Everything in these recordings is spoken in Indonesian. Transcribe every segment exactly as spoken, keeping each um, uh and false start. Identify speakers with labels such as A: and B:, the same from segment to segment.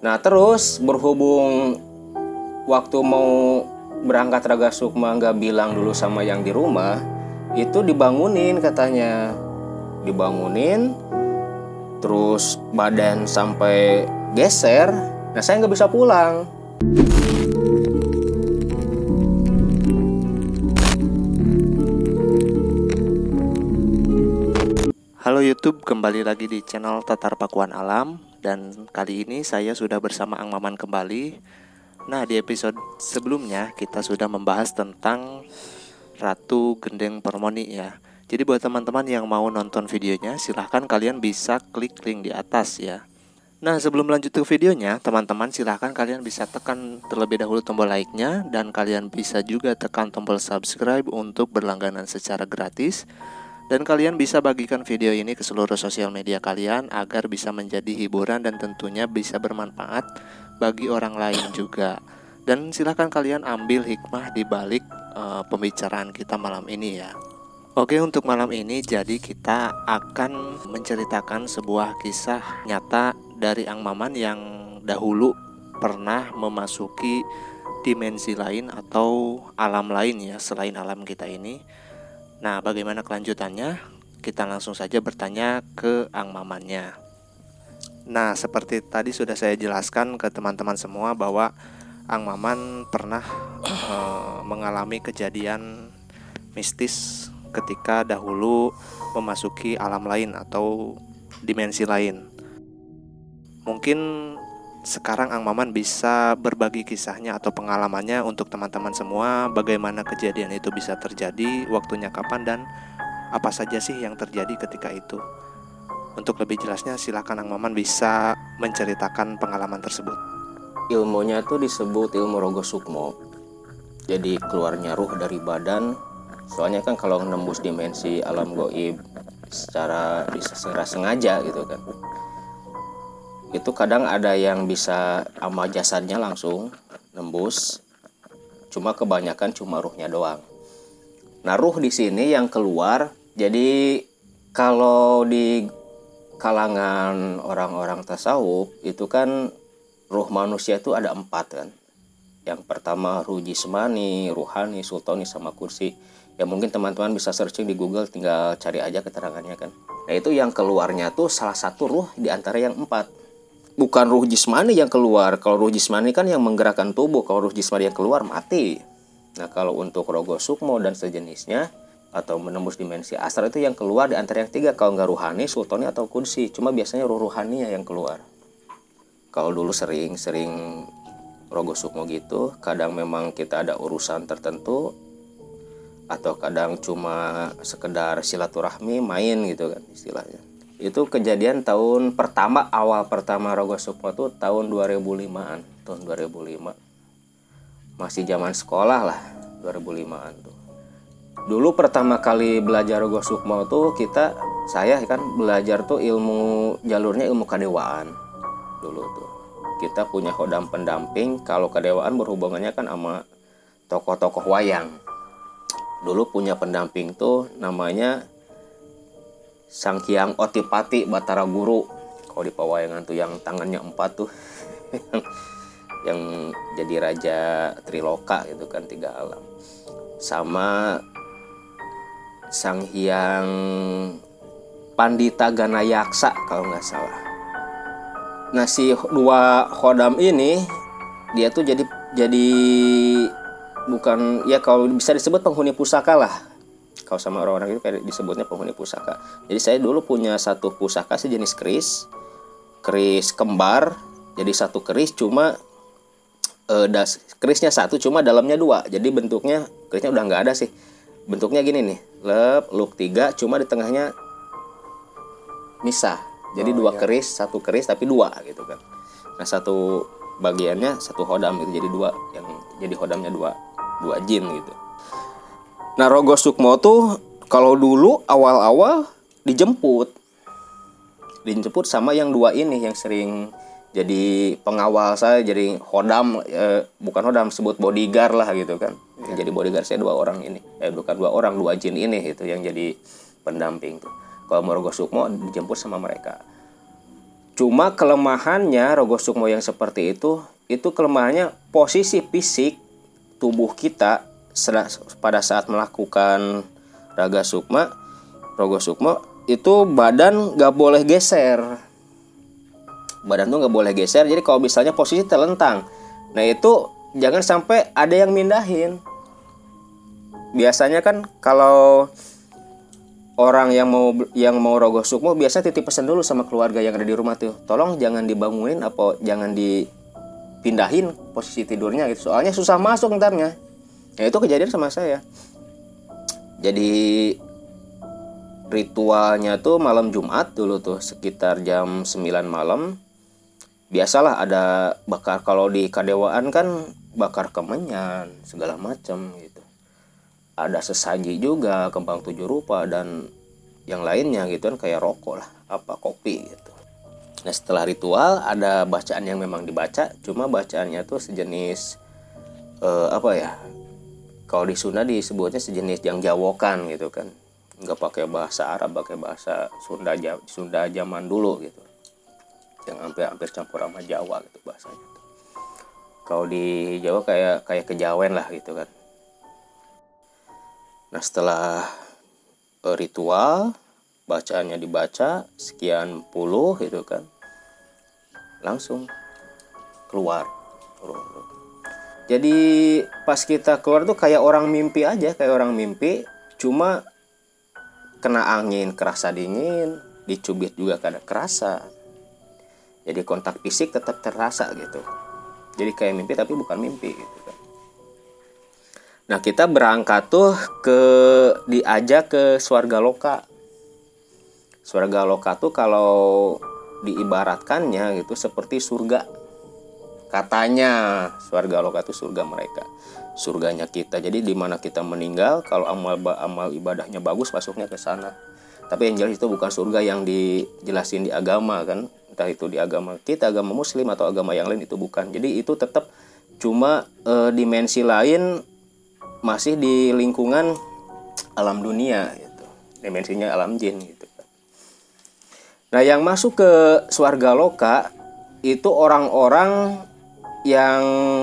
A: Nah terus berhubung waktu mau berangkat Raga Sukma nggak bilang dulu sama yang di rumah, itu dibangunin katanya, dibangunin, terus badan sampai geser. Nah saya nggak bisa pulang.
B: Halo YouTube, kembali lagi di channel Tatar Pakuan Alam. Dan kali ini saya sudah bersama Ang Maman kembali. Nah, di episode sebelumnya kita sudah membahas tentang Ratu Gendeng Permoni ya. Jadi buat teman-teman yang mau nonton videonya, silahkan kalian bisa klik link di atas ya. Nah, sebelum lanjut ke videonya, teman-teman silahkan kalian bisa tekan terlebih dahulu tombol like-nya. Dan kalian bisa juga tekan tombol subscribe untuk berlangganan secara gratis. Dan kalian bisa bagikan video ini ke seluruh sosial media kalian agar bisa menjadi hiburan dan tentunya bisa bermanfaat bagi orang lain juga. Dan silahkan kalian ambil hikmah di balik uh, pembicaraan kita malam ini ya. Oke, untuk malam ini jadi kita akan menceritakan sebuah kisah nyata dari Ang Maman yang dahulu pernah memasuki dimensi lain atau alam lain ya, selain alam kita ini. Nah, bagaimana kelanjutannya? Kita langsung saja bertanya ke Ang Mamannya. Nah, seperti tadi sudah saya jelaskan ke teman-teman semua bahwa Ang Maman pernah e, mengalami kejadian mistis ketika dahulu memasuki alam lain atau dimensi lain. Mungkin sekarang Ang Maman bisa berbagi kisahnya atau pengalamannya untuk teman-teman semua, bagaimana kejadian itu bisa terjadi, waktunya kapan, dan apa saja sih yang terjadi ketika itu. Untuk lebih jelasnya silakan Ang Maman bisa menceritakan pengalaman tersebut.
A: Ilmunya tuh disebut ilmu Rogo Sukmo. Jadi keluarnya ruh dari badan. Soalnya kan kalau nembus dimensi alam gaib secara secara sengaja gitu kan, itu kadang ada yang bisa sama jasadnya langsung nembus, cuma kebanyakan cuma ruhnya doang. Nah ruh di sini yang keluar, jadi kalau di kalangan orang-orang tasawuf itu kan ruh manusia itu ada empat kan. Yang pertama ruh jismani, ruhani, sultani, sama kursi. Ya mungkin teman-teman bisa searching di Google, tinggal cari aja keterangannya kan. Nah itu yang keluarnya tuh salah satu ruh di antara yang empat. Bukan ruh jismani yang keluar. Kalau ruh jismani kan yang menggerakkan tubuh. Kalau ruh jismani yang keluar mati. Nah kalau untuk Rogo Sukmo dan sejenisnya atau menembus dimensi astral itu yang keluar di antara yang tiga. Kalau nggak ruhani, sultani, atau kursi. Cuma biasanya ruh ruhani yang keluar. Kalau dulu sering-sering Rogo Sukmo gitu, kadang memang kita ada urusan tertentu, atau kadang cuma sekedar silaturahmi main gitu kan istilahnya. Itu kejadian tahun pertama, awal pertama Rogo Sukmo tuh tahun dua ribu limaan, tahun dua ribu lima. Masih zaman sekolah lah, dua ribu limaan tuh. Dulu pertama kali belajar Rogo Sukmo tuh kita, saya kan belajar tuh ilmu, jalurnya ilmu kadewaan. Dulu tuh kita punya hodam pendamping. Kalau kadewaan berhubungannya kan sama tokoh-tokoh wayang. Dulu punya pendamping tuh namanya Sang Hyang Otipati Batara Guru. Kalau di pewayangan tuh yang tangannya empat tuh yang jadi raja Triloka gitu kan, tiga alam. Sama Sang Hyang Pandita Ganayaksa kalau nggak salah. Nah si dua khodam ini dia tuh jadi jadi bukan ya, kalau bisa disebut penghuni pusaka lah. Kalau sama orang-orang itu kayak disebutnya penghuni pusaka. Jadi saya dulu punya satu pusaka sejenis keris, keris kembar. Jadi satu keris cuma eh, das, kerisnya satu cuma dalamnya dua. Jadi bentuknya kerisnya udah nggak ada sih. Bentuknya gini nih, lep, luk tiga, cuma di tengahnya misah. Jadi oh, dua iya. keris, satu keris tapi dua gitu kan. Nah satu bagiannya satu hodam itu, jadi dua, yang jadi hodamnya dua, dua jin gitu. Nah Rogo Sukmo tuh kalau dulu awal-awal dijemput, dijemput sama yang dua ini yang sering jadi pengawal saya, jadi hodam, eh, bukan hodam, sebut bodyguard lah gitu kan. Ya. Jadi bodyguard saya dua orang ini, eh bukan dua orang, dua jin ini itu yang jadi pendamping tuh. Kalau Rogo Sukmo dijemput sama mereka. Cuma kelemahannya Rogo Sukmo yang seperti itu, itu kelemahannya posisi fisik tubuh kita pada saat melakukan Raga Sukma, Rogo Sukmo, itu badan gak boleh geser. Badan tuh gak boleh geser, jadi kalau misalnya posisi telentang, nah itu jangan sampai ada yang mindahin. Biasanya kan kalau orang yang mau yang mau Rogo Sukmo biasa titip pesan dulu sama keluarga yang ada di rumah tuh, tolong jangan dibangunin apa jangan dipindahin posisi tidurnya gitu, soalnya susah masuk ntarnya. Ya itu kejadian sama saya. Jadi ritualnya tuh malam Jumat dulu tuh sekitar jam sembilan malam. Biasalah ada bakar, kalau di kadewaan kan bakar kemenyan segala macam gitu. Ada sesaji juga, kembang tujuh rupa dan yang lainnya gitu kan, kayak rokok lah, apa kopi gitu. Nah setelah ritual ada bacaan yang memang dibaca, cuma bacaannya tuh sejenis eh, apa ya? Kalau di Sunda disebutnya sejenis yang jawokan gitu kan, nggak pakai bahasa Arab, pakai bahasa Sunda Sunda zaman dulu gitu, yang hampir-hampir campur sama Jawa gitu bahasanya. Kalau di Jawa kayak kayak kejawen lah gitu kan. Nah setelah uh, ritual bacaannya dibaca sekian puluh gitu kan, langsung keluar. Jadi pas kita keluar tuh kayak orang mimpi aja, kayak orang mimpi, cuma kena angin kerasa dingin, dicubit juga kadang kerasa. Jadi kontak fisik tetap terasa gitu. Jadi kayak mimpi tapi bukan mimpi gitu kan. Nah kita berangkat tuh ke diajak ke Swarga Loka. Swarga Loka tuh kalau diibaratkannya gitu seperti surga. Katanya Swarga Loka tuh surga mereka, surganya kita. Jadi di mana kita meninggal, kalau amal amal ibadahnya bagus masuknya ke sana. Tapi yang jelas itu bukan surga yang dijelasin di agama kan. Entah itu di agama kita, agama Muslim atau agama yang lain, itu bukan. Jadi itu tetap cuma e, dimensi lain, masih di lingkungan alam dunia gitu. Dimensinya alam jin gitu. Nah, yang masuk ke Swarga Loka itu orang-orang yang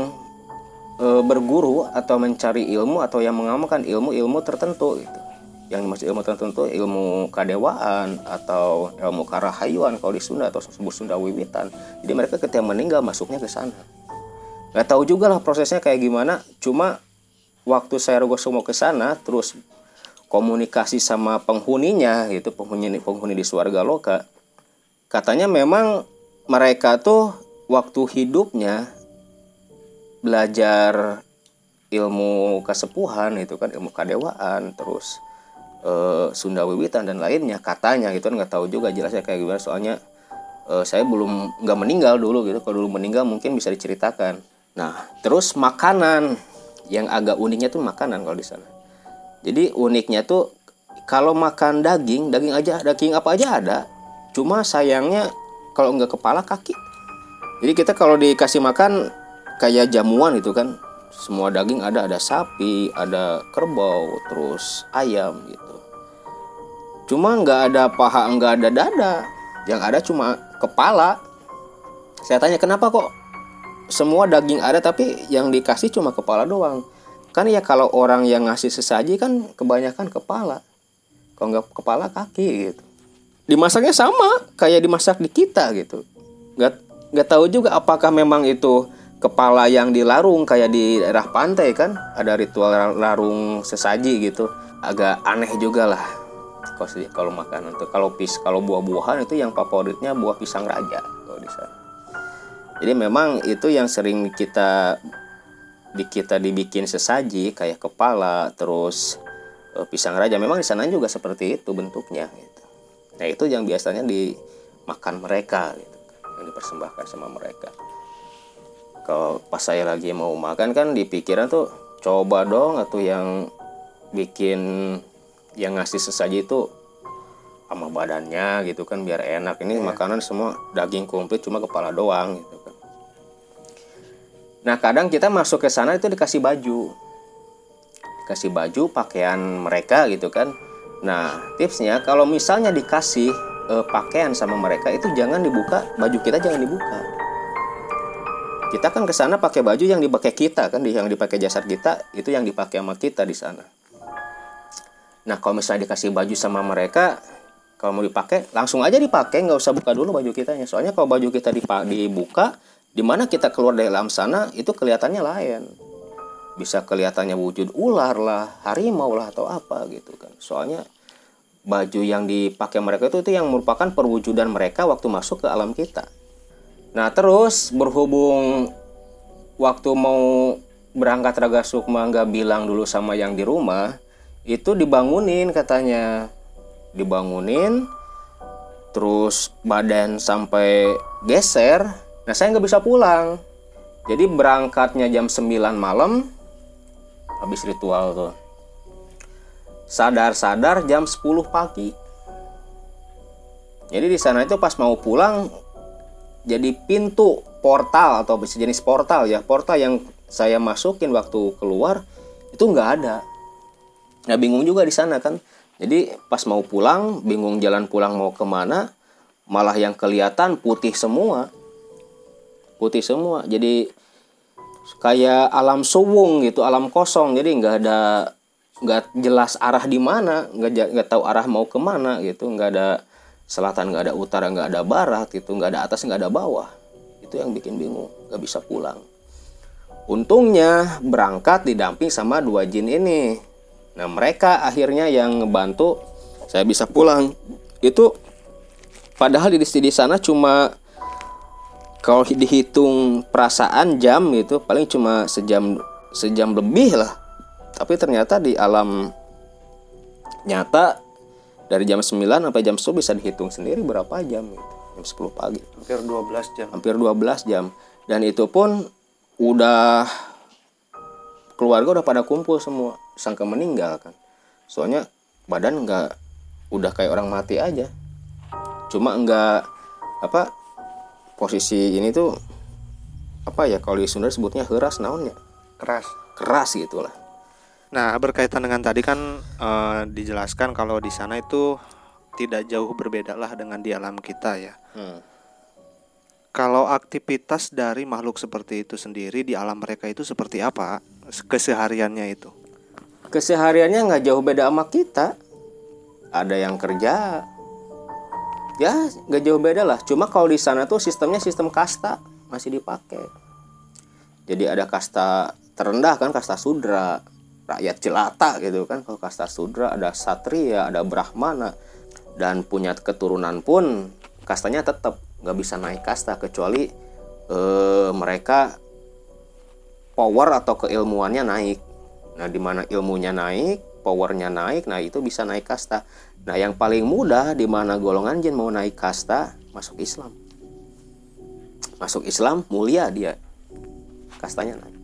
A: e, berguru atau mencari ilmu atau yang mengamalkan ilmu-ilmu tertentu gitu. Yang dimaksud ilmu tertentu ilmu kadewaan atau ilmu karahayuan kalau di Sunda, atau sebut Sunda Wiwitan. Jadi mereka ketika meninggal masuknya ke sana. Nggak tahu juga lah prosesnya kayak gimana. Cuma waktu saya Rogo Sukmo ke sana, terus komunikasi sama penghuninya gitu, penghuni penghuni di Swarga Loka, katanya memang mereka tuh waktu hidupnya belajar ilmu kesepuhan itu kan, ilmu kadewaan, terus Uh, Sunda Wiwitan dan lainnya katanya gitu kan. Nggak tahu juga jelasnya kayak gimana, soalnya uh, saya belum nggak meninggal dulu gitu. Kalau dulu meninggal mungkin bisa diceritakan. Nah terus makanan yang agak uniknya tuh makanan kalau di sana. Jadi uniknya tuh kalau makan daging, daging aja, daging apa aja ada. Cuma sayangnya kalau nggak kepala, kaki. Jadi kita kalau dikasih makan kayak jamuan gitu kan, semua daging ada, ada sapi, ada kerbau, terus ayam gitu. Cuma nggak ada paha, nggak ada dada, yang ada cuma kepala. Saya tanya kenapa kok semua daging ada tapi yang dikasih cuma kepala doang. Kan ya kalau orang yang ngasih sesaji kan kebanyakan kepala, kalau nggak kepala kaki gitu. Dimasaknya sama kayak dimasak di kita gitu. Nggak nggak tahu juga apakah memang itu kepala yang dilarung kayak di daerah pantai kan, ada ritual larung sesaji gitu. Agak aneh juga lah kalau makanan tuh. Kalau pis kalau buah-buahan itu yang favoritnya buah pisang raja kalau di sana. Jadi memang itu yang sering kita di kita dibikin sesaji kayak kepala, terus e, pisang raja. Memang di sana juga seperti itu bentuknya gitu. Nah itu yang biasanya dimakan mereka gitu, yang dipersembahkan sama mereka. Kalau pas saya lagi mau makan kan di pikiran tuh coba dong atau yang bikin yang ngasih sesaji itu sama badannya gitu kan biar enak. Ini yeah. Makanan semua daging komplit cuma kepala doang gitu kan. Nah kadang kita masuk ke sana itu dikasih baju, kasih baju pakaian mereka gitu kan. Nah tipsnya kalau misalnya dikasih eh, pakaian sama mereka itu jangan dibuka, baju kita jangan dibuka. Kita kan ke sana pakai baju yang dipakai kita kan, yang dipakai jasad kita itu yang dipakai sama kita di sana. Nah kalau misalnya dikasih baju sama mereka, kalau mau dipakai langsung aja dipakai, nggak usah buka dulu baju kitanya. Soalnya kalau baju kita dibuka, di mana kita keluar dari alam sana itu kelihatannya lain. Bisa kelihatannya wujud ular lah, harimau lah atau apa gitu kan. Soalnya baju yang dipakai mereka itu itu yang merupakan perwujudan mereka waktu masuk ke alam kita. Nah terus berhubung waktu mau berangkat Raga Sukma nggak bilang dulu sama yang di rumah, itu dibangunin katanya, dibangunin, terus badan sampai geser. Nah saya nggak bisa pulang, jadi berangkatnya jam sembilan malam, habis ritual tuh. Sadar-sadar jam sepuluh pagi. Jadi di sana itu pas mau pulang, jadi pintu portal atau sejenis portal ya, portal yang saya masukin waktu keluar itu nggak ada. Nah bingung juga di sana kan. Jadi pas mau pulang, bingung jalan pulang mau kemana, malah yang kelihatan putih semua, putih semua. Jadi kayak alam suwung gitu, alam kosong. Jadi nggak ada, nggak jelas arah di mana, nggak nggak tahu arah mau kemana gitu, nggak ada selatan, nggak ada utara, nggak ada barat gitu, nggak ada atas, nggak ada bawah. Itu yang bikin bingung, nggak bisa pulang. Untungnya berangkat didamping sama dua jin ini. Nah mereka akhirnya yang ngebantu saya bisa pulang. Itu padahal di di sana cuma kalau dihitung perasaan jam gitu paling cuma sejam sejam lebih lah. Tapi ternyata di alam nyata dari jam sembilan sampai jam sepuluh bisa dihitung sendiri berapa jam gitu. Jam sepuluh pagi.
B: Hampir dua belas jam.
A: Hampir dua belas jam. Dan itu pun udah keluarga udah pada kumpul semua, sangka meninggal kan. Soalnya badan nggak, udah kayak orang mati aja. Cuma nggak apa, posisi ini tuh apa ya, kalau di Sunda sebutnya heras naonnya,
B: Keras.
A: keras gitulah.
B: Nah berkaitan dengan tadi kan uh, dijelaskan kalau di sana itu tidak jauh berbeda lah dengan di alam kita ya. Hmm. Kalau aktivitas dari makhluk seperti itu sendiri di alam mereka itu seperti apa kesehariannya itu?
A: Kesehariannya nggak jauh beda sama kita. Ada yang kerja, ya nggak jauh beda lah. Cuma kalau di sana tuh sistemnya sistem kasta masih dipakai. Jadi ada kasta terendah kan, kasta sudra, rakyat jelata gitu kan. Kalau kasta sudra ada satria, ada brahmana, dan punya keturunan pun kastanya tetap nggak bisa naik kasta kecuali eh, mereka power atau keilmuannya naik. Nah, di mana ilmunya naik, powernya naik, nah itu bisa naik kasta. Nah, yang paling mudah di mana golongan jin mau naik kasta, masuk Islam. Masuk Islam mulia dia, kastanya naik.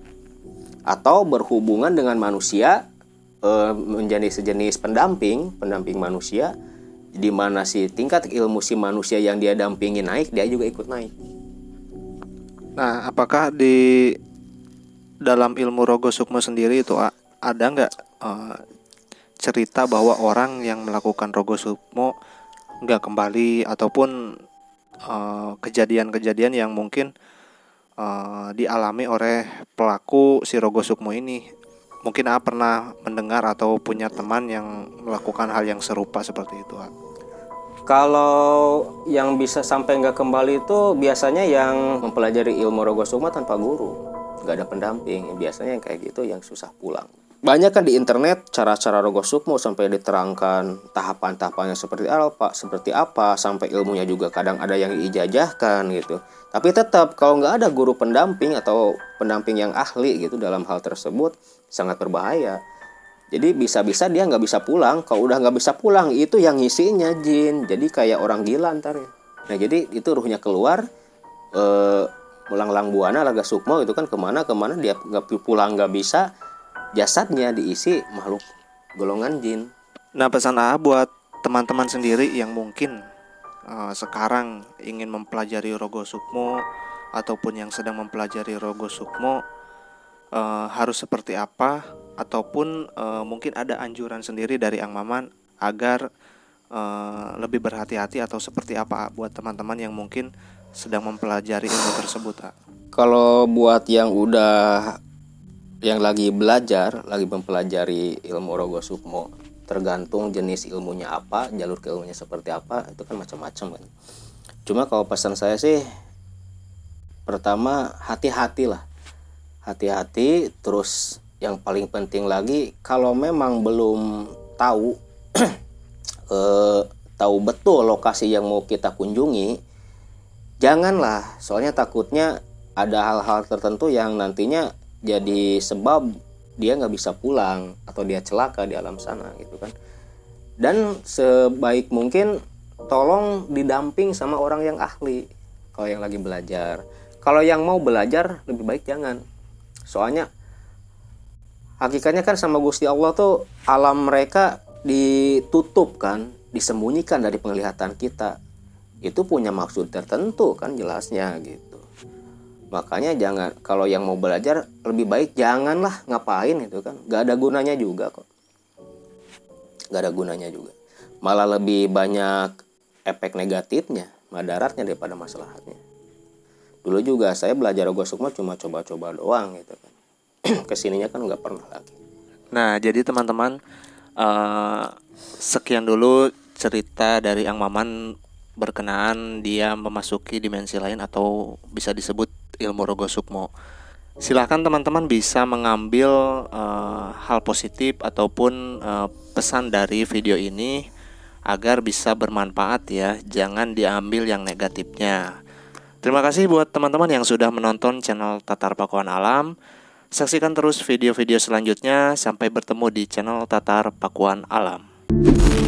A: Atau berhubungan dengan manusia, eh, menjadi sejenis pendamping, pendamping manusia, di mana si tingkat ilmu si manusia yang dia dampingi naik, dia juga ikut naik.
B: Nah, apakah di dalam ilmu Rogo Sukmo sendiri itu ada nggak uh, cerita bahwa orang yang melakukan Rogo Sukmo nggak kembali, ataupun uh, kejadian-kejadian yang mungkin uh, dialami oleh pelaku si Rogo Sukmo ini? Mungkin A pernah mendengar atau punya teman yang melakukan hal yang serupa seperti itu, A?
A: Kalau yang bisa sampai nggak kembali itu biasanya yang mempelajari ilmu Rogo Sukmo tanpa guru, nggak ada pendamping. Biasanya yang kayak gitu yang susah pulang. Banyak kan di internet cara-cara Rogo Sukmo sampai diterangkan tahapan-tahapannya seperti apa, seperti apa, sampai ilmunya juga kadang ada yang diijajahkan gitu. Tapi tetap kalau nggak ada guru pendamping atau pendamping yang ahli gitu dalam hal tersebut, sangat berbahaya. Jadi bisa-bisa dia nggak bisa pulang. Kalau udah nggak bisa pulang, itu yang ngisinya jin. Jadi kayak orang gila ntar ya. Nah jadi itu ruhnya keluar, eh, melanglang buana Raga Sukmo itu kan kemana-kemana dia nggak pulang, nggak bisa, jasadnya diisi makhluk golongan jin.
B: Nah pesan A buat teman-teman sendiri yang mungkin uh, sekarang ingin mempelajari Rogo Sukmo ataupun yang sedang mempelajari Rogo Sukmo, uh, harus seperti apa, ataupun uh, mungkin ada anjuran sendiri dari Ang Maman agar uh, lebih berhati-hati atau seperti apa buat teman-teman yang mungkin sedang mempelajari ilmu tersebut, A?
A: Kalau buat yang udah yang lagi belajar, lagi mempelajari ilmu Rogo Sukmo, tergantung jenis ilmunya apa, jalur keilmunya seperti apa, itu kan macam-macam kan. Cuma kalau pesan saya sih, pertama hati-hati lah, hati-hati. Terus yang paling penting lagi, kalau memang belum tahu eh, tahu betul lokasi yang mau kita kunjungi, janganlah, soalnya takutnya ada hal-hal tertentu yang nantinya jadi sebab dia nggak bisa pulang atau dia celaka di alam sana gitu kan. Dan sebaik mungkin tolong didamping sama orang yang ahli kalau yang lagi belajar. Kalau yang mau belajar lebih baik jangan. Soalnya hakikatnya kan sama Gusti Allah tuh alam mereka ditutup kan, disembunyikan dari penglihatan kita. Itu punya maksud tertentu kan jelasnya gitu. Makanya jangan, kalau yang mau belajar lebih baik janganlah, ngapain itu kan, gak ada gunanya juga kok, gak ada gunanya juga, malah lebih banyak efek negatifnya, madaratnya daripada maslahatnya. Dulu juga saya belajar Rogo Sukmo cuma coba-coba doang gitu kan, kesininya kan gak pernah lagi.
B: Nah jadi teman-teman, uh, sekian dulu cerita dari Ang Maman berkenaan dia memasuki dimensi lain atau bisa disebut ilmu Rogo Sukmo. Silahkan teman-teman bisa mengambil uh, hal positif ataupun uh, pesan dari video ini agar bisa bermanfaat ya. Jangan diambil yang negatifnya. Terima kasih buat teman-teman yang sudah menonton channel Tatar Pakuan Alam. Saksikan terus video-video selanjutnya. Sampai bertemu di channel Tatar Pakuan Alam.